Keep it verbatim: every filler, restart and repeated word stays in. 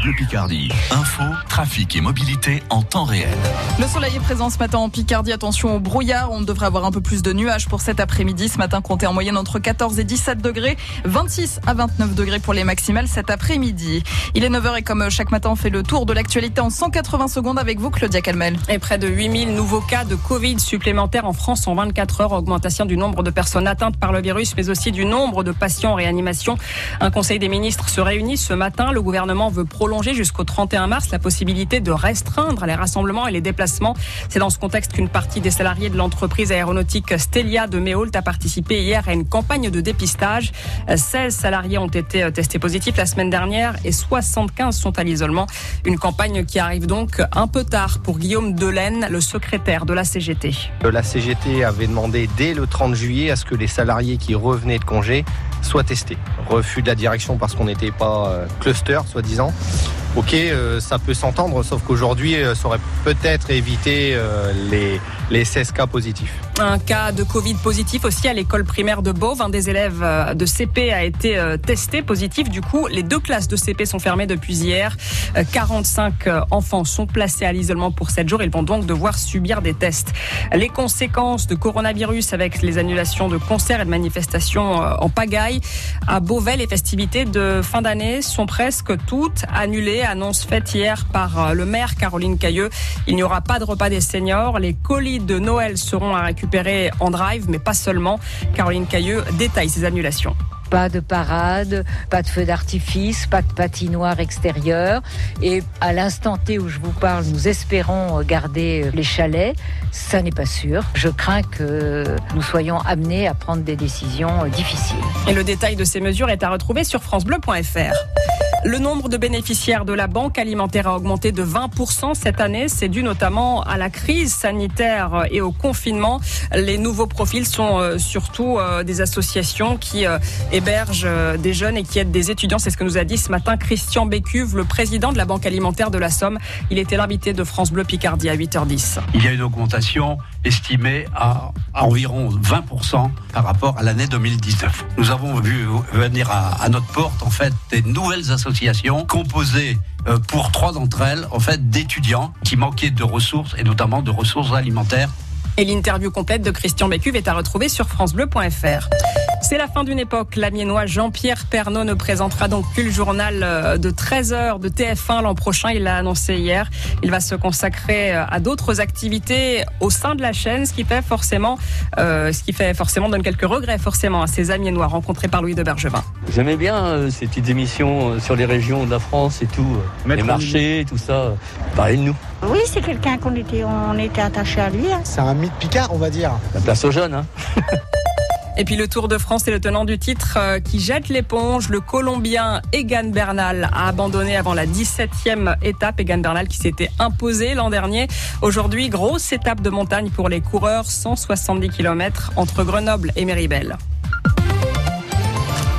Bleu Picardie. Info, trafic et mobilité en temps réel. Le soleil est présent ce matin en Picardie. Attention au brouillard. On devrait avoir un peu plus de nuages pour cet après-midi. Ce matin, comptez en moyenne entre quatorze et dix-sept degrés. vingt-six à vingt-neuf degrés pour les maximales cet après-midi. Il est neuf heures et comme chaque matin, on fait le tour de l'actualité en cent quatre-vingts secondes avec vous, Claudia Calmel. Et près de huit mille nouveaux cas de Covid supplémentaires en France en vingt-quatre heures. Augmentation du nombre de personnes atteintes par le virus, mais aussi du nombre de patients en réanimation. Un conseil des ministres se réunit ce matin. Le gouvernement veut prolonger jusqu'au trente et un mars la possibilité de restreindre les rassemblements et les déplacements. C'est dans ce contexte qu'une partie des salariés de l'entreprise aéronautique Stelia de Méault a participé hier à une campagne de dépistage. seize salariés ont été testés positifs la semaine dernière et soixante-quinze sont à l'isolement. Une campagne qui arrive donc un peu tard pour Guillaume Delaine, le secrétaire de la C G T. La C G T avait demandé dès le trente juillet à ce que les salariés qui revenaient de congé soient testés. Refus de la direction parce qu'on n'était pas euh, cluster, soi-disant. Ok, euh, ça peut s'entendre, sauf qu'aujourd'hui, euh, ça aurait peut-être évité euh, les, les seize cas positifs. Un cas de Covid positif aussi à l'école primaire de Beauve. Un des élèves de C P a été testé positif. Du coup, les deux classes de C P sont fermées depuis hier. quarante-cinq enfants sont placés à l'isolement pour sept jours. Ils vont donc devoir subir des tests. Les conséquences de coronavirus avec les annulations de concerts et de manifestations en pagaille. À Beauvais, les festivités de fin d'année sont presque toutes annulées. Annonce faite hier par le maire Caroline Cailleux. Il n'y aura pas de repas des seniors. Les colis de Noël seront à récupérer en drive, mais pas seulement. Caroline Cailleux détaille ces annulations. Pas de parade, pas de feu d'artifice, pas de patinoire extérieure. Et à l'instant T où je vous parle, nous espérons garder les chalets. Ça n'est pas sûr. Je crains que nous soyons amenés à prendre des décisions difficiles. Et le détail de ces mesures est à retrouver sur francebleu point f r. Le nombre de bénéficiaires de la banque alimentaire a augmenté de vingt pour cent cette année. C'est dû notamment à la crise sanitaire et au confinement. Les nouveaux profils sont surtout des associations qui hébergent des jeunes et qui aident des étudiants. C'est ce que nous a dit ce matin Christian Bécuve, le président de la banque alimentaire de la Somme. Il était l'invité de France Bleu Picardie à huit heures dix. Il y a une augmentation estimée à, à environ vingt pour cent par rapport à l'année deux mille dix-neuf. Nous avons vu venir à, à notre porte en fait des nouvelles associations composées euh, pour trois d'entre elles en fait d'étudiants qui manquaient de ressources et notamment de ressources alimentaires. Et l'interview complète de Christian Bécuve est à retrouver sur francebleu point f r. C'est la fin d'une époque. L'Amiénois Jean-Pierre Pernaut ne présentera donc plus le journal de treize heures de T F un l'an prochain. Il l'a annoncé hier. Il va se consacrer à d'autres activités au sein de la chaîne, ce qui fait forcément, euh, ce qui fait forcément donne quelques regrets forcément à ces Amiénois rencontrés par Louis de Bergevin. J'aimais bien euh, ces petites émissions sur les régions de la France et tout, euh, les marchés, tout ça. Parlez de nous. Oui, c'est quelqu'un qu'on était, on était attaché à lui. Hein. C'est un mythe Picard, on va dire. La place aux jeunes, hein. Et puis le Tour de France et le tenant du titre euh, qui jette l'éponge. Le Colombien Egan Bernal a abandonné avant la dix-septième étape. Egan Bernal qui s'était imposé l'an dernier. Aujourd'hui, grosse étape de montagne pour les coureurs, cent soixante-dix kilomètres entre Grenoble et Méribel.